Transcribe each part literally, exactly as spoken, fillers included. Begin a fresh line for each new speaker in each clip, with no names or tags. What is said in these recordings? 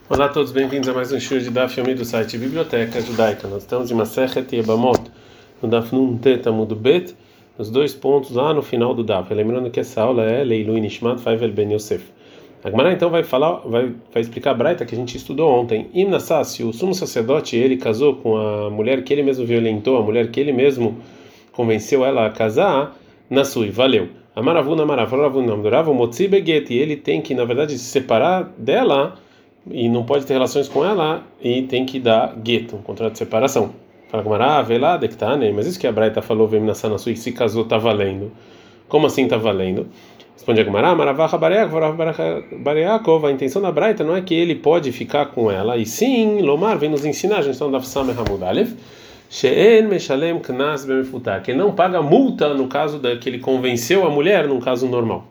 Olá a todos, bem-vindos a mais um show de Daf Yomi do site Biblioteca Judaica. Nós estamos em Masechet Yebamot, no Daf Nun Tet Amud Bet, nos dois pontos lá no final do Daf. Lembrando que essa aula é Leilu Nishmat Faivel Ben Yosef. A Gemara então vai falar, vai, vai explicar a braita que a gente estudou ontem. Imnassá, se o sumo sacerdote ele casou com a mulher que ele mesmo violentou, a mulher que ele mesmo convenceu ela a casar, Nasui, valeu. Amaravuna Amaravuna Amdurava Motzi Beget, e ele tem que na verdade se separar dela e não pode ter relações com ela e tem que dar gueto, um contrato de separação. Fala com Mará, vê lá, dectane, mas isso que a Braita falou, vem na Sana Sui, se casou, tá valendo. Como assim tá valendo? Responde a Gemara, Maravacha Bareakov, a intenção da Braita não é que ele pode ficar com ela, e sim, Lomar vem nos ensinar, a gente está no Daf Sameh Hamud Aleph, She'en Meshalem Knas Bemefutar, que ele não paga multa no caso da que ele convenceu a mulher, num caso normal.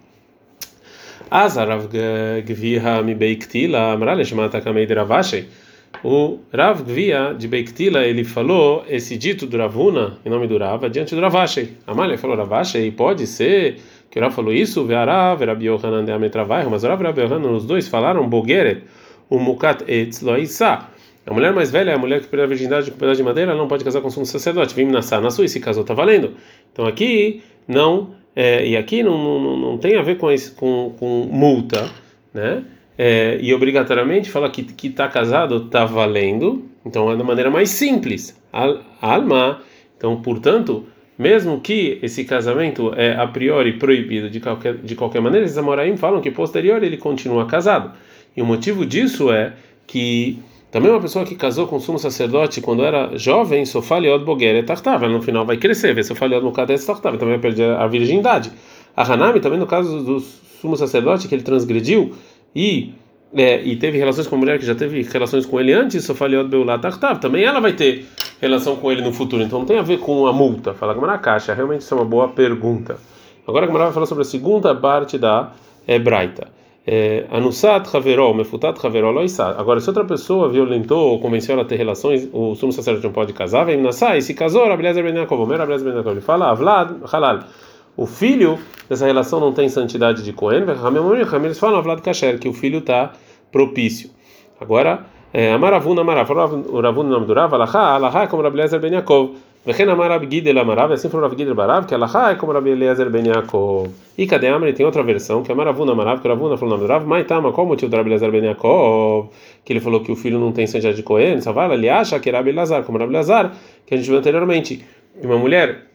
Azar Rav Gvia mi Beiktila, Amrale Shmata Kamei de Ravashi. O Rav Gvia de Beiktila, ele falou esse dito do Ravuna, em nome do Rav, diante do Ravashi. Amalha falou Ravashi, pode ser que o Rav falou isso, Ve'arav, Rabi Yohanan de Ametravai, mas o Rav e Rabi Yohanan, os dois falaram Bogeret, o Mukat Etz Loisa. A mulher mais velha é a mulher que perdeu a virgindade com pedaço de madeira, ela não pode casar com o sumo sacerdote. Vim nascer na sua e se casou, está valendo. Então aqui não, é, e aqui não, não, não tem a ver com, esse, com, com multa, né? É, e obrigatoriamente fala que que está casado está valendo. Então é da maneira mais simples. Al, alma. Então, portanto, mesmo que esse casamento é a priori proibido de qualquer de qualquer maneira, esses amoraim falam que posterior ele continua casado. E o motivo disso é que também uma pessoa que casou com o sumo sacerdote quando era jovem, sofaliot bogeret tartava, no final vai crescer, ver sofaliot no caso tartava, também vai perder a virgindade. A Hanami também no caso do sumo sacerdote que ele transgrediu e é, e teve relações com a mulher que já teve relações com ele antes, sofaliot beulat tartava, também ela vai ter relação com ele no futuro. Então não tem a ver com a multa. Fala com a caixa, realmente isso é uma boa pergunta. Agora a Gemara vai falar sobre a segunda parte da Braita. Anusat Haverol, Mefutat Haverol Loisat. Agora, se outra pessoa violentou ou convenceu ela a ter relações, o sumo sacerdote não pode casar, vem nascer e se casou, Rabelezer Ben Yaakov, o meu Rabelezer Ben Yaakov, ele fala, Avlad Halal. O filho dessa relação não tem santidade de Cohen, eles falam, Avlad Kasher, que o filho está propício. Agora, Amaravuna Amarav, o Ravuna nome do Rav, Alahá, Alahá, como Rabelezer Ben Yaakov. Vehen Amarav Gidel Amarav, assim falou Rav Gidel Barav, que Alahá é como Rabi Eliezer Ben Yaakov. E cadê Amari? Tem outra versão, que Amaravuna Amarav, que Ravuna falou o nome do Rav, Maitama, qual o motivo do Rabi Eliezer Ben Yaakov? Que ele falou que o filho não tem santidade de Cohen, Savala, ele acha que é Rabi Elazar, como Rabi Elazar, que a gente viu anteriormente. Uma mulher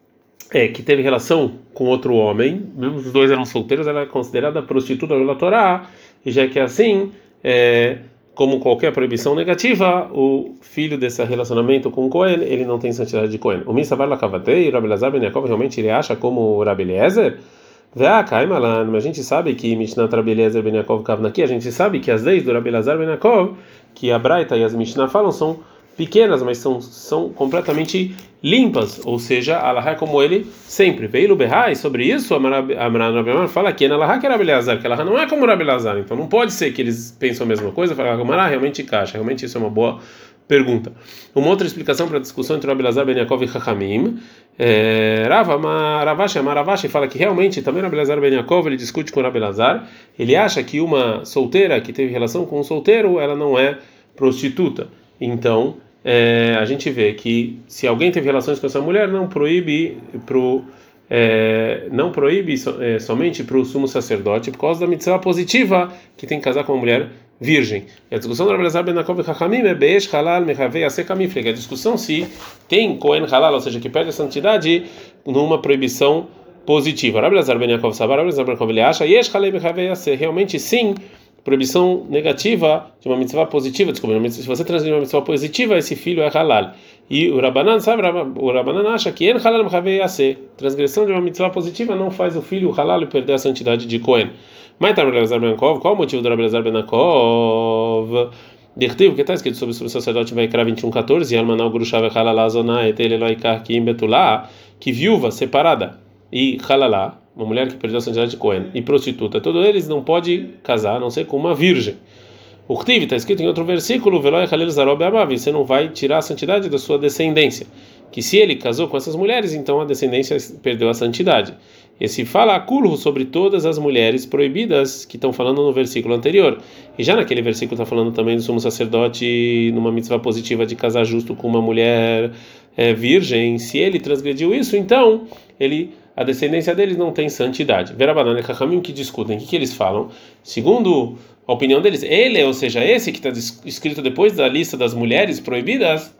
é, que teve relação com outro homem, mesmo os dois eram solteiros, ela é considerada prostituta pela Torá, e já que é assim, é. Como qualquer proibição negativa, o filho desse relacionamento com o Cohen, ele não tem santidade de Cohen. O Misavar Lakavatei, o Rabi Elazar Ben Yaakov, realmente ele acha como o Rabi Eliezer? Vá, Kaimalan, mas a gente sabe que Mishnah Rabi Eliezer Ben Yaakov Kavna aqui, a gente sabe que as leis do Rabi Elazar Ben Yaakov, que a Braita e as Mishnah falam, são pequenas, mas são, são completamente limpas, ou seja, Allah é como ele sempre. Veio o Behai, sobre isso, a Marabimar fala que Allah que é Rabi Elazar, que Allah não é como Rabi Elazar, então não pode ser que eles pensam a mesma coisa, fala que Mará realmente encaixa, realmente isso é uma boa pergunta. Uma outra explicação para a discussão entre Rabi Elazar Ben Yaakov e Chachamim, é, Rava Maravashi, Maravashi fala que realmente também Rabi Elazar Ben Yaakov ele discute com Rabi Elazar, ele acha que uma solteira que teve relação com um solteiro, ela não é prostituta. Então É, a gente vê que se alguém teve relações com essa mulher, não proíbe pro, é, não proíbe so, é, somente para o sumo sacerdote por causa da mitzvah positiva que tem que casar com uma mulher virgem. E a discussão do Rabi Elazar Ben Yaakov e Chachamim é Beish Halal Mechavei Aseh Kamifleg. A discussão se tem Cohen Halal, ou seja, que perde a santidade numa proibição positiva. Rabi Elazar Ben Yaakov Sabar, Rabi Elazar Ben Yaakov ele acha Yesh Halal Mechavei Aseh, realmente sim. Proibição negativa de uma mitzvah positiva, desculpa, se você transmitir uma mitzvah positiva, esse filho é halal. E o Rabanan, sabe, o Rabanan acha que en halal mechavei yaseh, transgressão de uma mitzvah positiva não faz o filho halal e perder a santidade de Cohen. Mas tá, Rabi Elazar Ben Yaakov, qual o motivo do Rabi Elazar Ben Yaakov? Dertivo, que está escrito sobre o sacerdote Vaikra vinte e um, quatorze, Almanau Grushav Halal Azonah Etel Eloikar Kim Betulá, que viúva separada e halalá, uma mulher que perdeu a santidade de Cohen, e prostituta, todos eles não pode casar, a não ser com uma virgem. O Ktiv está escrito em outro versículo, você não vai tirar a santidade da sua descendência, que se ele casou com essas mulheres, então a descendência perdeu a santidade. Esse fala akulhu sobre todas as mulheres proibidas que estão falando no versículo anterior. E já naquele versículo está falando também do sumo sacerdote numa mitzvah positiva de casar justo com uma mulher é, virgem. Se ele transgrediu isso, então ele, a descendência deles não tem santidade. Verabanan e Chachamim que discutem, o que, que eles falam? Segundo a opinião deles, ele, ou seja, esse que está escrito depois da lista das mulheres proibidas,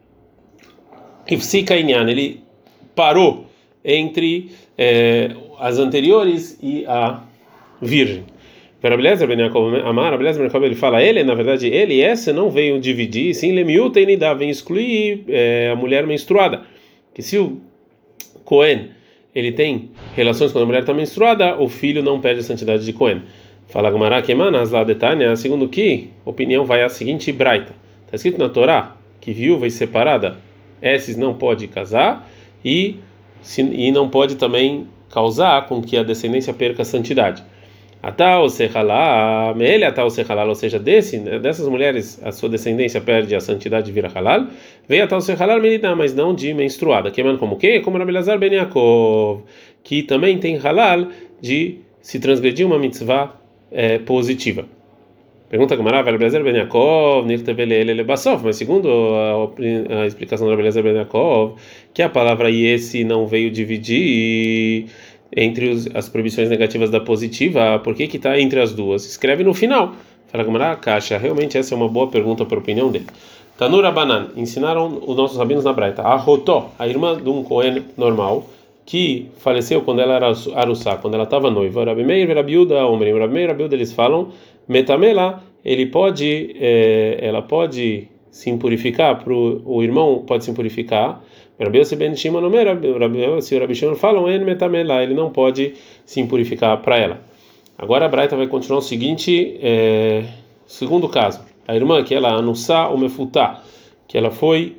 Ifsika Inyan, ele parou entre eh, as anteriores e a virgem. Rabelezer ben Yaakov Amar, Rabelezer ben Yaakov, ele fala, ele, na verdade, ele e essa não veio dividir, sim, lemiuta e nidá, vem excluir eh, a mulher menstruada. Que se o Cohen, ele tem relações quando a mulher está menstruada, o filho não perde a santidade de Cohen. Fala Gamara que manas lá detalha, segundo que opinião vai a seguinte braita. Está escrito na Torá que viúva e separada, esses não pode casar e Se, e não pode também causar com que a descendência perca a santidade. Atal sechalal, ele atal sechalal, ou seja, desse, dessas mulheres a sua descendência perde a santidade e vira halal. Vem atal sechalal menina, mas não de menstruada. Queimando como o quê? Como Rabi Elazar ben Yaakov, que também tem halal de se transgredir uma mitzvah é, positiva. Pergunta Gamara, Rabi Elazar ben Yaakov, nirtevelele bassof, mas segundo a, a explicação do Rabi Elazar ben Yaakov, que a palavra esse não veio dividir entre os, as proibições negativas da positiva, por que que está entre as duas? Escreve no final. Fala Gamara, caixa, realmente essa é uma boa pergunta para a opinião dele. Tanura Banan, ensinaram os nossos rabinos na Braita, a Rotó, a irmã de um Cohen normal, que faleceu quando ela era arussá, quando ela estava noiva, Rabi Meir e Rabi Yehuda, Omrim, Rabi Meir e Rabi Yehuda, eles falam metamela, ele pode, é, ela pode se impurificar, pro, o irmão pode se impurificar. Rabi Yossi ben Shimon, Rabi Yossi e Rabi Shimon falam en metamela, ele não pode se impurificar para ela. Agora a Braita vai continuar o seguinte, é, segundo caso, a irmã que ela anussá ou mefutá, que ela foi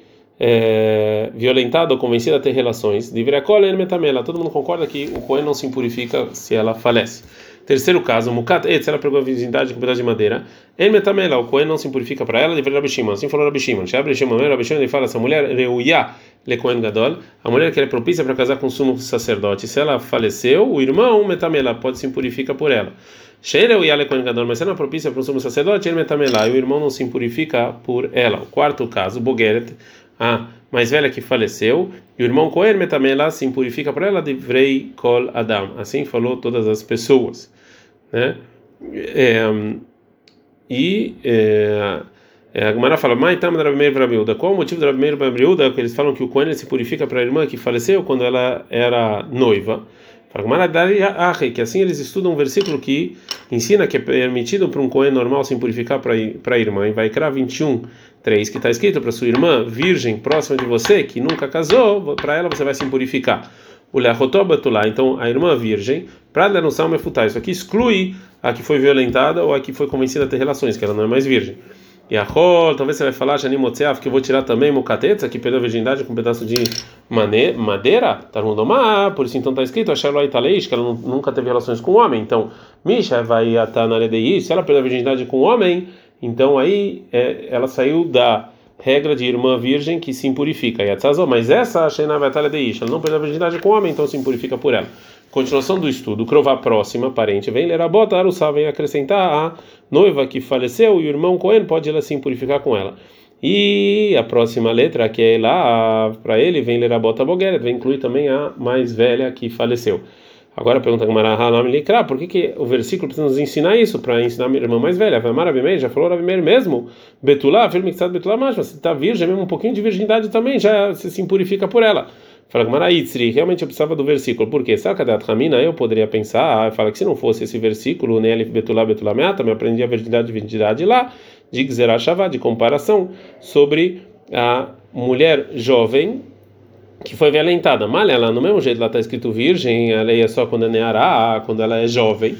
é, violentada ou convencida a ter relações, de virakol en metamela, todo mundo concorda que o Cohen não se impurifica se ela falece. Terceiro caso, Mukat Et, se ela pegou a virgindade com um pedaço de madeira, En metamela, o Cohen não se impurifica para ela, de Rabi Shimon, assim falou Rabi Shimon. Rabi Shimon, Rabi Shimon, ele fala, essa mulher, Reuya le Cohen Gadol, a mulher que é propícia para casar com o sumo sacerdote, se ela faleceu, o irmão, metamela, pode se impurificar por ela. Sheira Reuya le Cohen Gadol, mas se ela é propícia para o sumo sacerdote, En metamela, e o irmão não se impurifica por ela. O quarto caso, Bogeret, a mais velha que faleceu, e o irmão Cohen metamela se impurifica por ela de Vrei Kol Adam. Assim falou todas as pessoas, né? É, e é, a Gemara fala, Mai tam da Rabi Meir e Rabi Yehuda. Qual o motivo da Rabi Meir e Rabi Yehuda? Que eles falam que o Cohen se purifica para a irmã que faleceu quando ela era noiva. Fala Gemara, que assim eles estudam um versículo que ensina que é permitido para um Cohen normal se purificar para para a irmã. Em Vaikra vinte e um, três, que está escrito para sua irmã virgem próxima de você que nunca casou, para ela você vai se purificar. O Leachotobetulá, então a irmã virgem, para denunciar uma futar. Isso aqui exclui a que foi violentada ou a que foi convencida a ter relações, que ela não é mais virgem. E a Rol, talvez você vai falar, Janimotseaf, que eu vou tirar também Mukatetza, que perdeu a virgindade com um pedaço de madeira, Tarmundomá, por isso então está escrito, Acharloi Taleish, que ela nunca teve relações com o homem. Então, Misha vai atar na Ledei, se ela perdeu a virgindade com o homem, então aí é, ela saiu da regra de irmã virgem que se impurifica. Mas essa Shena vai atar Ledei, ela não perdeu a virgindade com o homem, então se impurifica por ela. Continuação do estudo, Krová próxima, parente, vem ler a bota, Arussá vem acrescentar a noiva que faleceu e o irmão Cohen pode ela se purificar com ela. E a próxima letra, que é lá, para ele, vem ler a bota Bogeret, vem incluir também a mais velha que faleceu. Agora pergunta a por que, que o versículo precisa nos ensinar isso, para ensinar a minha irmã mais velha? Vai Rabi Meir, já falou Rabi Meir mesmo, Betulá, firme que está Betulá, mas você está virgem, mesmo um pouquinho de virgindade também, já você se impurifica por ela. Fala Gamara, realmente eu precisava do versículo, porque Sarkadat Ramina, eu poderia pensar, fala que se não fosse esse versículo, nem Elif Betulá Betulá Meata, eu aprendi a virgindade e virgindade lá, de Gzerah Shavá, de comparação, sobre a mulher jovem que foi violentada. Mas ela, no mesmo jeito, lá está escrito virgem, ela é só quando é Neará, quando ela é jovem.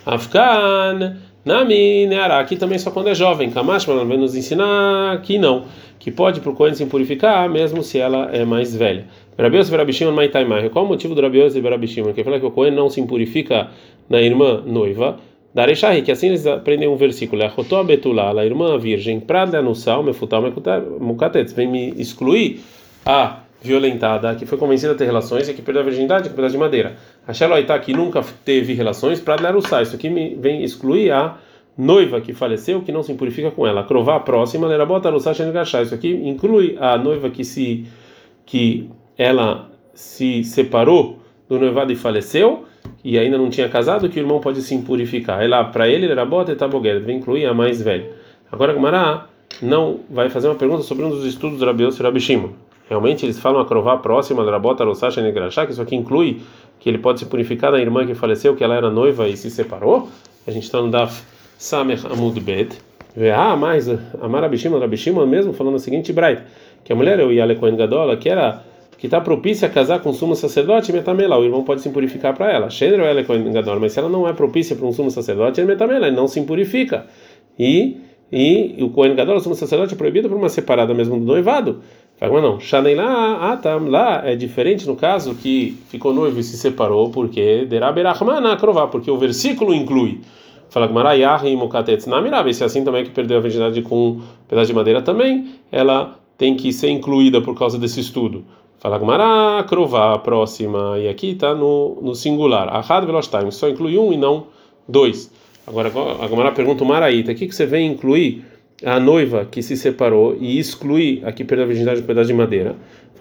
Afkan, Nami, Neará, aqui também só quando é jovem. Kamash, ela vai nos ensinar que não, que pode por Cohen se purificar, mesmo se ela é mais velha. Rabi Yossi e Rabi Shimon, Maitaimai. Qual o motivo do Rabi Yossi e Rabi Shimon? Que fala que o Cohen não se impurifica na irmã noiva. Darechahi, que assim eles aprendem um versículo. Achotó betulá, a irmã virgem, prada no sal, mefutal, mukatetz. Vem me excluir a violentada, que foi convencida a ter relações e que perdeu a virgindade com um pedaço de madeira. A Sheloitá, que nunca teve relações, para dar o sai. Isso aqui me vem excluir a noiva que faleceu, que não se impurifica com ela. Crová próxima, ela bota o sai engraxar. Isso aqui inclui a noiva que se que ela se separou do noivado e faleceu e ainda não tinha casado, que o irmão pode se impurificar. Ela para ele era bota e taboguera, vem incluir a mais velha. Agora Gumará não vai fazer uma pergunta sobre um dos estudos do Rabi Yossi e Rabi Shimon. Realmente eles falam a crová próxima, Lerabota, Rosacha, Negrachá, que isso aqui inclui que ele pode se purificar da irmã que faleceu, que ela era noiva e se separou. A gente está no Daf Samech Amud Bet. Ah, mas Amar Rabi Shimon, Rabi Shimon mesmo falando o seguinte, Bright, que a mulher eu ia Kohen Gadol, que era que está propícia a casar com um sumo sacerdote, metamela, o irmão pode se impurificar para ela. Shenro ela Kohen Gadol, mas se ela não é propícia para um sumo sacerdote, ele metamela, ele não se impurifica. E e o Kohen Gadol, o sumo sacerdote, é proibido por uma separada mesmo do noivado. Fala, não, Shanei lá, ah, tá, lá é diferente no caso que ficou noivo e se separou, porque Deraberachmana Krová, porque o versículo inclui. Fala que Marayah e Mokatetz Namirab, se é assim também que perdeu a virgindade com um pedaço de madeira também, ela tem que ser incluída por causa desse estudo. Fala que Mará Krová, próxima, e aqui está no, no singular. Ahad Veloshtaim, só inclui um e não dois. Agora a Gemara pergunta o Maraíta, o que que você vem incluir a noiva que se separou e excluir a que perdeu a virgindade com um pedaço de madeira?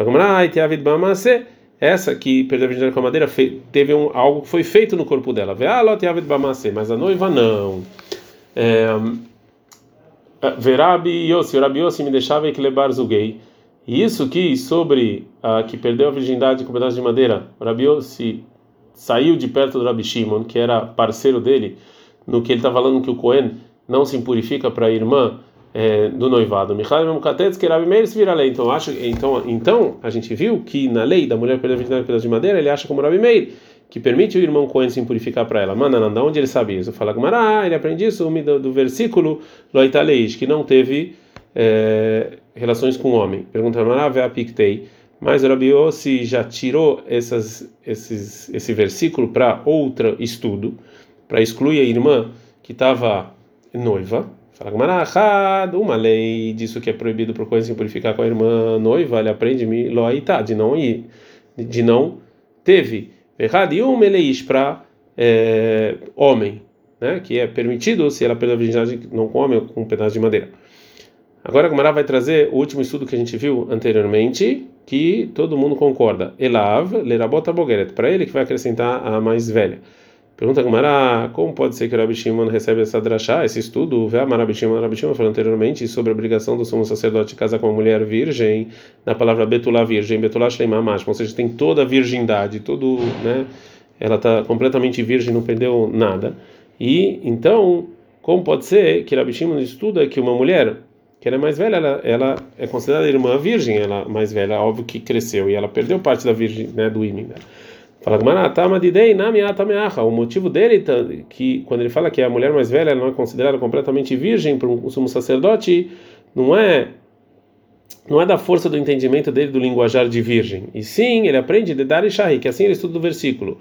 Essa que perdeu a virgindade com a madeira teve um, algo que foi feito no corpo dela. Mas a noiva não. Verabi Yossi, o Rabi Yossi me deixava que lebar zuguei. E isso que sobre a que perdeu a virgindade com um pedaço de madeira, o Rabi Yossi saiu de perto do Rabi Shimon, que era parceiro dele, no que ele está falando que o Cohen não se impurifica para a irmã é, do noivado. Então, acho, então, então a gente viu que na lei da mulher perder a virgindade com pedaço de madeira, ele acha como Rabi Meir, que permite o irmão Cohen se impurificar para ela. Manananda, onde ele sabe isso? Fala que Mará, ele aprende isso do, do versículo Loitaleish, que não teve é, relações com o homem. Pergunta Mará, Veapiktei. Mas o Rabi Yossi já tirou essas, esses, esse versículo para outro estudo, para excluir a irmã que estava noiva. Fala que uma lei disso que é proibido por coisa se purificar com a irmã noiva, ele aprende loaitá, de não ir, de não teve. E um meleish para é, homem, né, que é permitido se ela perdeu a virgindade não com homem ou com um pedaço de madeira. Agora a Gemara vai trazer o último estudo que a gente viu anteriormente, que todo mundo concorda. Elav, lerabota bogeret, para ele que vai acrescentar a mais velha. Pergunta a Gemara, como pode ser que o Rabi Shimon recebe essa drachá, esse estudo? Vê a Rabi Shimon, Rabi Shimon falou anteriormente sobre a obrigação do sumo sacerdote casar com uma mulher virgem, na palavra betulá virgem, betulá shleimah mashma, ou seja, tem toda a virgindade, todo, né, ela está completamente virgem, não perdeu nada. E então, como pode ser que Rabi Shimon estuda que uma mulher que ela é mais velha, ela, ela é considerada irmã virgem, ela mais velha, óbvio que cresceu e ela perdeu parte da virgem, né, do imen. Fala que o motivo dele que quando ele fala que a mulher mais velha ela não é considerada completamente virgem para um sumo sacerdote, não é não é da força do entendimento dele do linguajar de virgem, e sim ele aprende de dar e shahi, que assim ele estuda o versículo.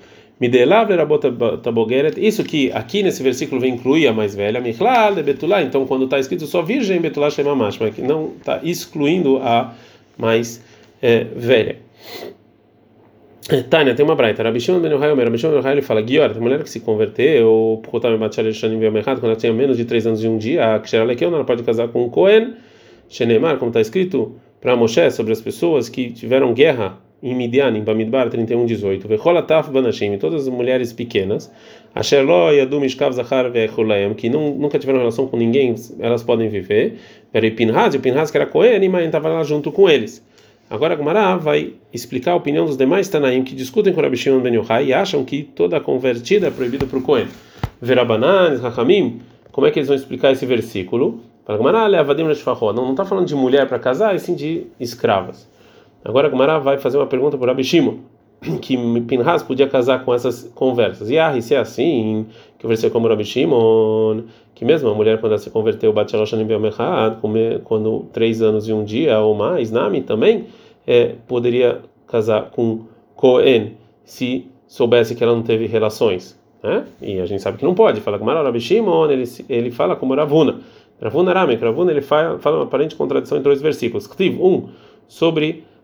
Isso que aqui nesse versículo vem incluir a mais velha, então quando está escrito só virgem, betulá shemamash, mas que não está excluindo a mais é, velha. Tânia, tem uma braita. Rabi Shimon ben Yochai, Rabi Shimon ben Yochai, ele fala: Guior, a mulher que se converteu, quando ela tinha menos de três anos e um dia, a Ksheralekeu não pode casar com um Cohen, Shenemar, como está escrito para Moshe sobre as pessoas que tiveram guerra em Midian, em Bamidbar trinta e um, dezoito. Vecholataf banashim, todas as mulheres pequenas, Asher lo yadu mishkav zachar ve'echulaim, que nunca tiveram relação com ninguém, elas podem viver. Peraí, Pinhas, e Pinhas que era Cohen, e estava lá junto com eles. Agora a Gemara vai explicar a opinião dos demais Tanaim que discutem com Rabi Shimon ben Yochai e acham que toda convertida é proibida para o Cohen. Verabanan, Hachamim, como é que eles vão explicar esse versículo? Para a Gemara, não está falando de mulher para casar, e sim de escravas. Agora a Gemara vai fazer uma pergunta para o Rabi Shimon, que Pinhas podia casar com essas conversas. E ah, se é assim, que o versículo como o Rabi Shimon, que mesmo a mulher quando ela se converteu, quando três anos e um dia ou mais, Nami também é, poderia casar com Cohen, se soubesse que ela não teve relações, né? E a gente sabe que não pode. Fala com o Rabi Shimon, ele, ele fala como Ravuna. Ravuna Rame, Ravuna ele fala, fala uma aparente contradição entre dois versículos. Um, sobre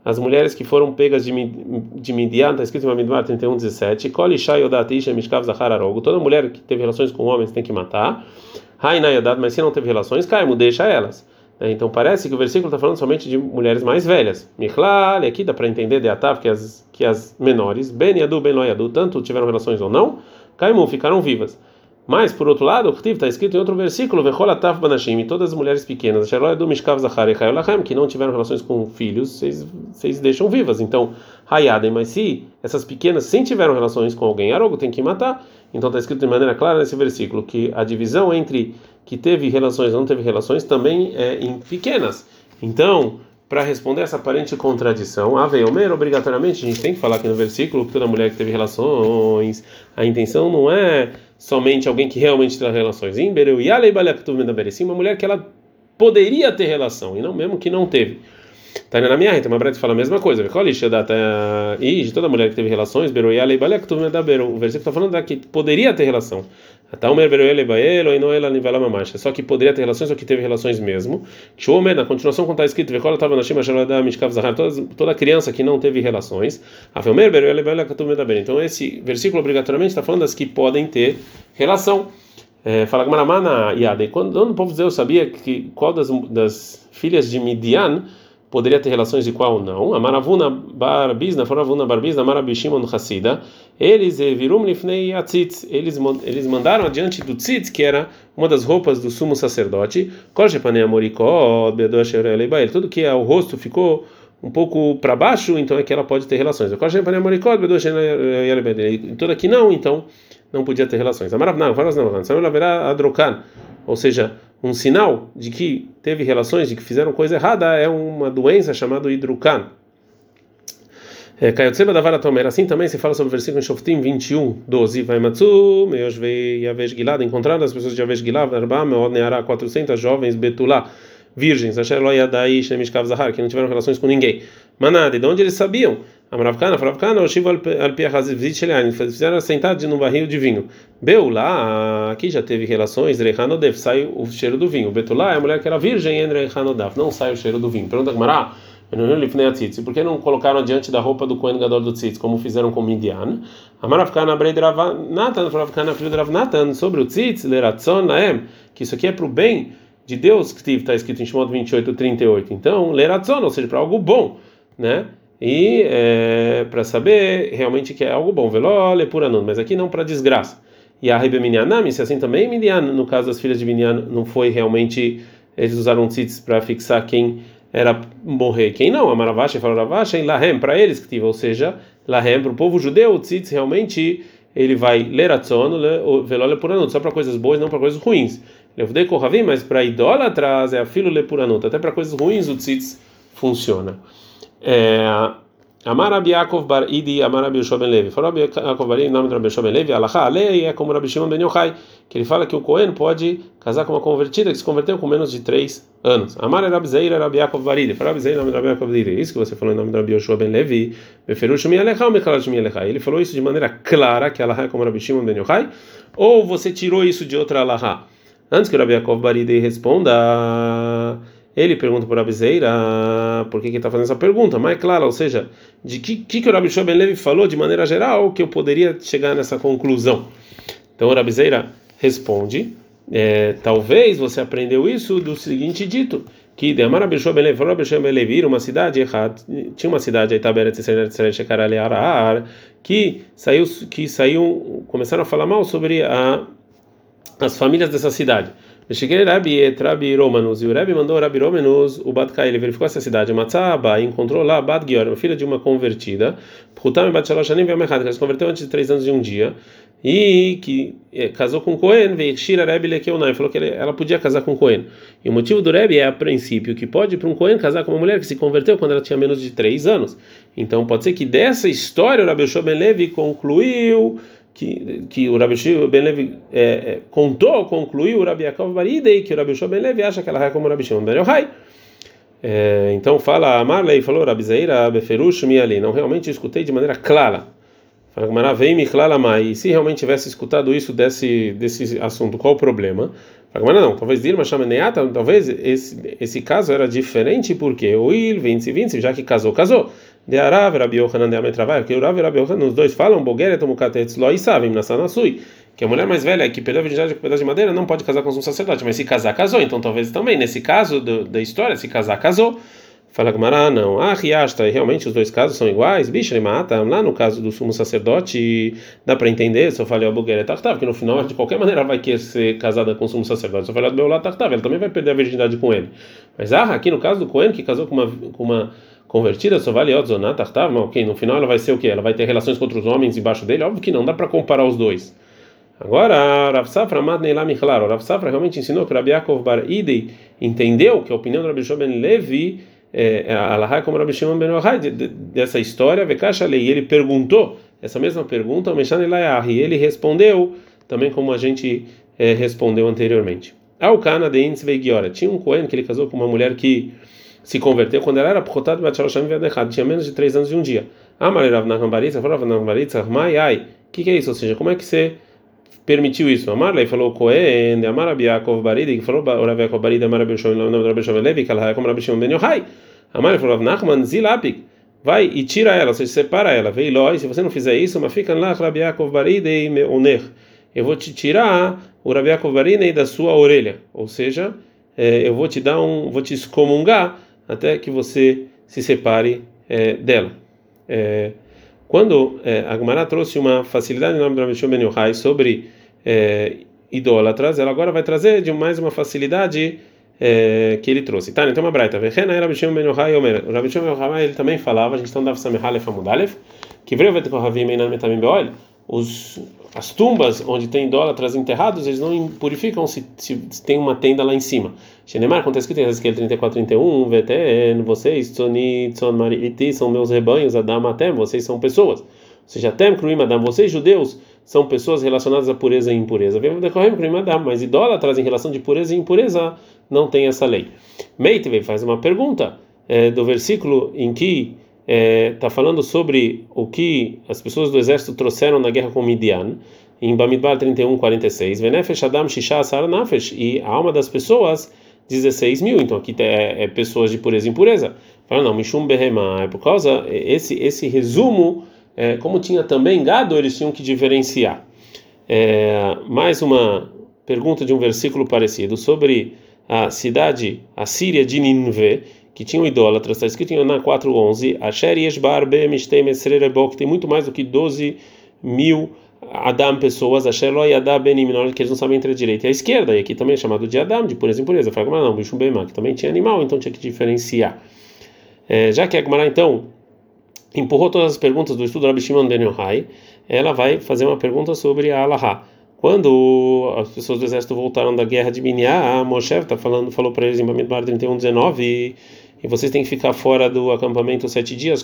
as mulheres que foram pegas de, de Midian, está escrito em Bamidbar trinta e um, dezessete, Kol Isha Yodat Isha Mishkav Zachar Arogo, toda mulher que teve relações com homens tem que matar, Haina Yodat, mas se não teve relações, Kaimu, deixa elas. Então parece que o versículo está falando somente de mulheres mais velhas. Michlal, aqui dá para entender de Atav que as, que as menores, Ben Yadu, Ben Lo Yadu, tanto tiveram relações ou não, Kaimu, ficaram vivas. Mas, por outro lado, o Ktiv está escrito em outro versículo, Vechol Ataf Banashim, e todas as mulheres pequenas, que não tiveram relações com filhos, vocês, vocês deixam vivas. Então, Hayadem, mas se essas pequenas sim tiveram relações com alguém, Arogo tem que matar. Então está escrito de maneira clara nesse versículo que a divisão entre que teve relações e não teve relações também é em pequenas. Então, para responder essa aparente contradição, a Veiomer, obrigatoriamente, a gente tem que falar aqui no versículo que toda mulher que teve relações, a intenção não é somente alguém que realmente teve relações. Sim, uma mulher que ela poderia ter relação, e não mesmo que não teve. Tá na minha reta, uma breta fala a mesma coisa. E de toda mulher que teve relações, o versículo está falando da que poderia ter relação. Só que poderia ter relações, só que teve relações mesmo. Na continuação, quando está escrito, toda criança que não teve relações. Então, esse versículo obrigatoriamente está falando das que podem ter relação. É, fala Gmaramana Yadei. Quando o povo de Deus sabia que qual das, das filhas de Midian poderia ter relações e qual não. Amaravuna Barbizna, Foravuna Barbizna, Marabishimon Hassida. Eles virum lifnei atzitz. Eles eles mandaram adiante do tzitz, que era uma das roupas do sumo sacerdote. Korjepanei Amorikó, Bedosher Eleibael. Tudo que é o rosto ficou um pouco para baixo, então é que ela pode ter relações. Korjepanei Amorikó, Bedosher Eleibael. Tudo aqui não, então não podia ter relações. Amaravna, Farazna, Samuel haverá adrokan. Ou seja, um sinal de que teve relações, de que fizeram coisa errada, é uma doença chamada hidrukan. Kayotseba da vara tomer. Assim também se fala sobre o versículo em Shoftim vinte e um, doze. Vai matzu, meoshvei yavesh gilad. Encontraram as pessoas de Yavesh Gilad, arba, meod neara, quatrocentas jovens, betulá, virgens, asher lo yadai, shemishkav zahar, que não tiveram relações com ninguém. Manade, de onde eles sabiam? Amravkana, Fravkana, Oshiva alpiachazivzit shelean, fizeram sentar num barril de vinho. Beulá, aqui já teve relações, Rehanodef, sai o cheiro do vinho. Betulá é a mulher que era virgem, Endre Rehanodaf, não sai o cheiro do vinho. Pergunta Gmará, por que não colocaram adiante da roupa do Kohen Gadol do Tzitz, como fizeram com Midian? Amravkana, Brei Dravnatan, Fravkana, filho de Ravnatan, sobre o Tzitz, Leratzon, Naem, que isso aqui é para o bem de Deus, que está escrito em Shemot vinte e oito, trinta e oito. Então, Leratzon, ou seja, para algo bom, né? E é, para saber realmente que é algo bom, velole puranun, mas aqui não para desgraça. E a Rebe Minyanami, se assim também Midian, no caso das filhas de Midian, não foi realmente, eles usaram tzitz para fixar quem era morrer, quem não, a Maravashi falou Ravashi, e Lahem, para eles que tive, ou seja, Lahem, para o povo judeu, o tzitz realmente ele vai leratzon, velole puranun, só para coisas boas, não para coisas ruins. Levdei kohavim, mas para idólatras é a filo le puranun, até para coisas ruins o tzitz funciona. Amar Rabi Yaakov bar Idi, Amar Rabi Yoshua ben Levi. Falou Rabi Yaakov bar Idi, nome de Rabi Yoshua ben Levi, Alachá, a lei é como Rabi Shimon ben Yochai, que ele fala que o Cohen pode casar com uma convertida que se converteu com menos de três anos. Amar Rabi Zeira, Rabi Yaakov bar Idi. Falou Rabi Zeira, nome de Rabi Yaakov bar Idi. Isso que você falou em nome de Rabi Yoshua ben Levi, Beferush mi Alechá ou Mekalash mi Alechá. Ele falou isso de maneira clara, que Alachá é como Rabi Shimon ben Yochai, ou você tirou isso de outra Alachá? Antes que Rabi Yaakov bar Idi responda, ele pergunta para o Rabi Zeira por que ele está fazendo essa pergunta, mais clara, ou seja, de que, que, que o Rabi Yoshua ben Levi falou de maneira geral que eu poderia chegar nessa conclusão. Então o Rabi Zeira responde, é, talvez você aprendeu isso do seguinte dito, que de Amar Rabi Yoshua ben Levi, falou Rabi Yoshua ben Levi, uma cidade errada, tinha uma cidade, que saiu, que saiu, começaram a falar mal sobre a, as famílias dessa cidade. Eu cheguei Rabi et Rabi Romanus, e o Rabi mandou Rabi Romanus o Batkai, ele verificou essa cidade, Matzaba, e encontrou lá Bat Gior, uma filha de uma convertida, Prutam e Bat Shaloshanim Vemechad, que ela se converteu antes de três anos e um dia, e que é, casou com Cohen, veio Shira Rabi Lekeunai, falou que ele, ela podia casar com Cohen. E o motivo do Rabi é, a princípio, que pode para um Cohen casar com uma mulher que se converteu quando ela tinha menos de três anos. Então pode ser que dessa história o Rabi Yoshua ben Levi concluiu que que o Rabi Yoshua ben Levi é, é, contou, concluiu o Rabi Yaakov bar Idi, que o Rabi Yoshua ben Levi acha que ela é como o Rabi Shimon ben Yochai. É, então fala Amarlei, falou Rabi Zeira beferush mi ali, não, realmente escutei de maneira clara. Fala Gamara, vem me clara mais. E se realmente tivesse escutado isso desse desse assunto, qual o problema? Agora não, talvez Dilma chame Neata, talvez esse, esse caso era diferente porque o Il, vinte, vinte, já que casou, casou. De Arav, Rabi Yochanan, de Ametravai, porque o Rav e Rabi Yochanan, os dois falam, Bogeret, Mukatetz, Lo, e sabem, Nassanasui, que a mulher mais velha que perdeu a virgindade com pedaço de madeira não pode casar com um sacerdote, mas se casar, casou. Então talvez também, nesse caso do, da história, se casar, casou. Fala Gemara, não. Ah, Riasta, realmente os dois casos são iguais. Bicho, mata. Lá no caso do sumo sacerdote, dá para entender. Se eu falei a Bogeret Tartav, que no final, de qualquer maneira, vai querer ser casada com o sumo sacerdote. Se eu falei a Beolá Tartav, ela também vai perder a virgindade com ele. Mas ah, aqui no caso do Cohen, que casou com uma, com uma convertida, só vale Odzonat Tartav, mas ok, no final ela vai ser o quê? Ela vai ter relações com outros homens embaixo dele? Óbvio que não, dá para comparar os dois. Agora, Rav Safra Mad Neilam Claro. Rav Safra realmente ensinou que Rabi Yaakov Bar Idei entendeu que a opinião do Rabi Shimon ben Levi é Alahá como Rabi Shimon ben Yochai dessa história, Vekasha Lei. Ele perguntou essa mesma pergunta ao Meshan Elayah e ele respondeu também como a gente é, respondeu anteriormente. Ao Kana de Inz Veigiora. Tinha um Cohen que ele casou com uma mulher que se converteu quando ela era Pchotad Batshalosham Vedechad, tinha menos de três anos e um dia. Amar Rav Nachman bar Yitzchak, Rav Nachman bar Yitzchak, Mai ai. O que que é isso? Ou seja, como é que você permitiu isso? Amar Lei falou Cohen, de Amar Rabi Yaakov bar Idei, que falou Rabi Yaakov bar Idei, Amar Rabi Shimon, nome do Rabi Shimon Levi, que ela é como Rabi Shimon ben Yochai. Amar falou Rav Nachman Zilapik, vai e tira ela, ou seja, separa ela. Vei Loi, se você não fizer isso, mas fica lá Rabi Yaakov bar Idei meoner. Eu vou te tirar o Rabi Yaakov bar Idei da sua orelha, ou seja, é, eu vou te dar um, vou te excomungar até que você se separe é, dela. É, quando é, a Gemara trouxe uma facilidade no nome do Rabi Shimon ben Yochai sobre é, idólatras, ela agora vai trazer de mais uma facilidade é, que ele trouxe. Tá, então uma braita. O Rabi Shimon ben Yochai ele também falava, a gente está no Daf Samech Aleph Amud Aleph, que veio vet kohavim einan metamim be'oel. Os as tumbas onde tem idólatras enterrados, eles não purificam se, se, se tem uma tenda lá em cima. Shenemar, quando está escrito em Ezequiel trinta e quatro, trinta e um, V T N, vocês, Tzoni, Tzon, Mariti, são meus rebanhos, Adam, Atem, vocês são pessoas. Ou seja, Atem, Kruim, Adam, vocês, judeus, são pessoas relacionadas a pureza e impureza. Vem decorrer Kruim, Adam, mas idólatras em relação de pureza e impureza não tem essa lei. Meitvei faz uma pergunta é, do versículo em que está é, falando sobre o que as pessoas do exército trouxeram na guerra com Midian, em Bamidbar trinta e um, quarenta e seis, Venefesh Adam Shisha Asar Nafesh, e a alma das pessoas, dezesseis mil, então aqui é, é pessoas de pureza e impureza. Fala, não, Mishum Behema, é por causa, esse, esse resumo, é, como tinha também gado, eles tinham que diferenciar. É, mais uma pergunta de um versículo parecido, sobre a cidade assíria de Nínive, que tinham idólatras, está escrito em Yoná quatro, onze, Asher Yeshbar Be Mishtei Mesrere Bo, que tem muito mais do que doze mil Adam pessoas, Asher Lo Yadá Ben Iminor, que eles não sabem entre a direita e a esquerda, e aqui também é chamado de Adam, de pureza e impureza. Fala, mas não, Bishum Beimá, que também tinha animal, então tinha que diferenciar. É, já que a Gemara, então, empurrou todas as perguntas do estudo do Rabi Shimon ben Yochai, ela vai fazer uma pergunta sobre a Alahá. Quando as pessoas do exército voltaram da guerra de Miniá, a Moshe tá falando, falou para eles em Bamidbar trinta e um, dezenove, e, e vocês têm que ficar fora do acampamento sete dias,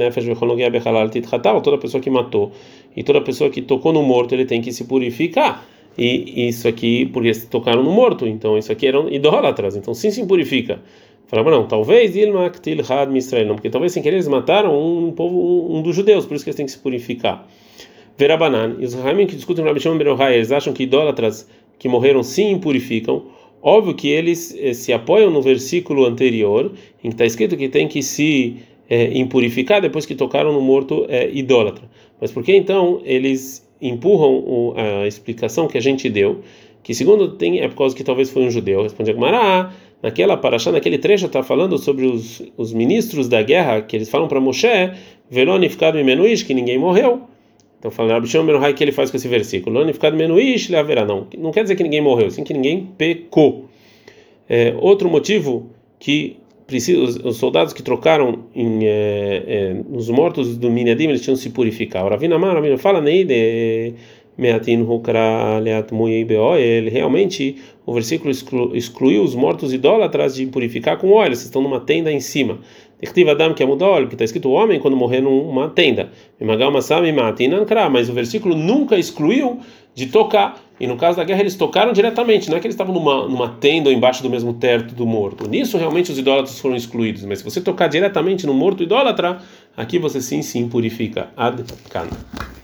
toda pessoa que matou e toda pessoa que tocou no morto, ele tem que se purificar. E isso aqui, porque tocaram no morto, então isso aqui eram idólatras, então sim se purifica. Falaram, não, talvez Ilmaktil Had Misrael, não, porque talvez sem querer eles mataram um povo, um, um dos judeus, por isso que eles têm que se purificar. Verabanan, e os Rahamim que discutem no Rabi Shimon ben Yochai, eles acham que idólatras que morreram sim impurificam. Óbvio que eles eh, se apoiam no versículo anterior, em que está escrito que tem que se eh, impurificar depois que tocaram no morto eh, idólatra. Mas por que então eles empurram o, a explicação que a gente deu, que segundo tem é por causa que talvez foi um judeu? Responde a Gemara, naquela paraxá, naquele trecho está falando sobre os, os ministros da guerra, que eles falam para Moshe, velonificado em Menuish, que ninguém morreu. Então falando Rabi Shimon ben Yochai, que ele faz com esse versículo, velonificado em Menuish, ele haverá, não, não quer dizer que ninguém morreu, sim que ninguém pecou. É, outro motivo que precisa, os, os soldados que trocaram em, é, é, nos mortos do Minyadim, eles tinham que se purificar. O Ravina Amar, Ravina fala neide meatin hukra leat muyei beoel, ele realmente o versículo exclu, excluiu os mortos idólatras de purificar com óleo, eles estão numa tenda em cima. Dictiva Adam que é mudol, que está escrito o homem quando morrer numa tenda. Mas o versículo nunca excluiu de tocar. E no caso da guerra eles tocaram diretamente, não é que eles estavam numa, numa tenda ou embaixo do mesmo teto do morto. Nisso realmente os idólatras foram excluídos. Mas se você tocar diretamente no morto idólatra, aqui você sim se impurifica. Ad Kana.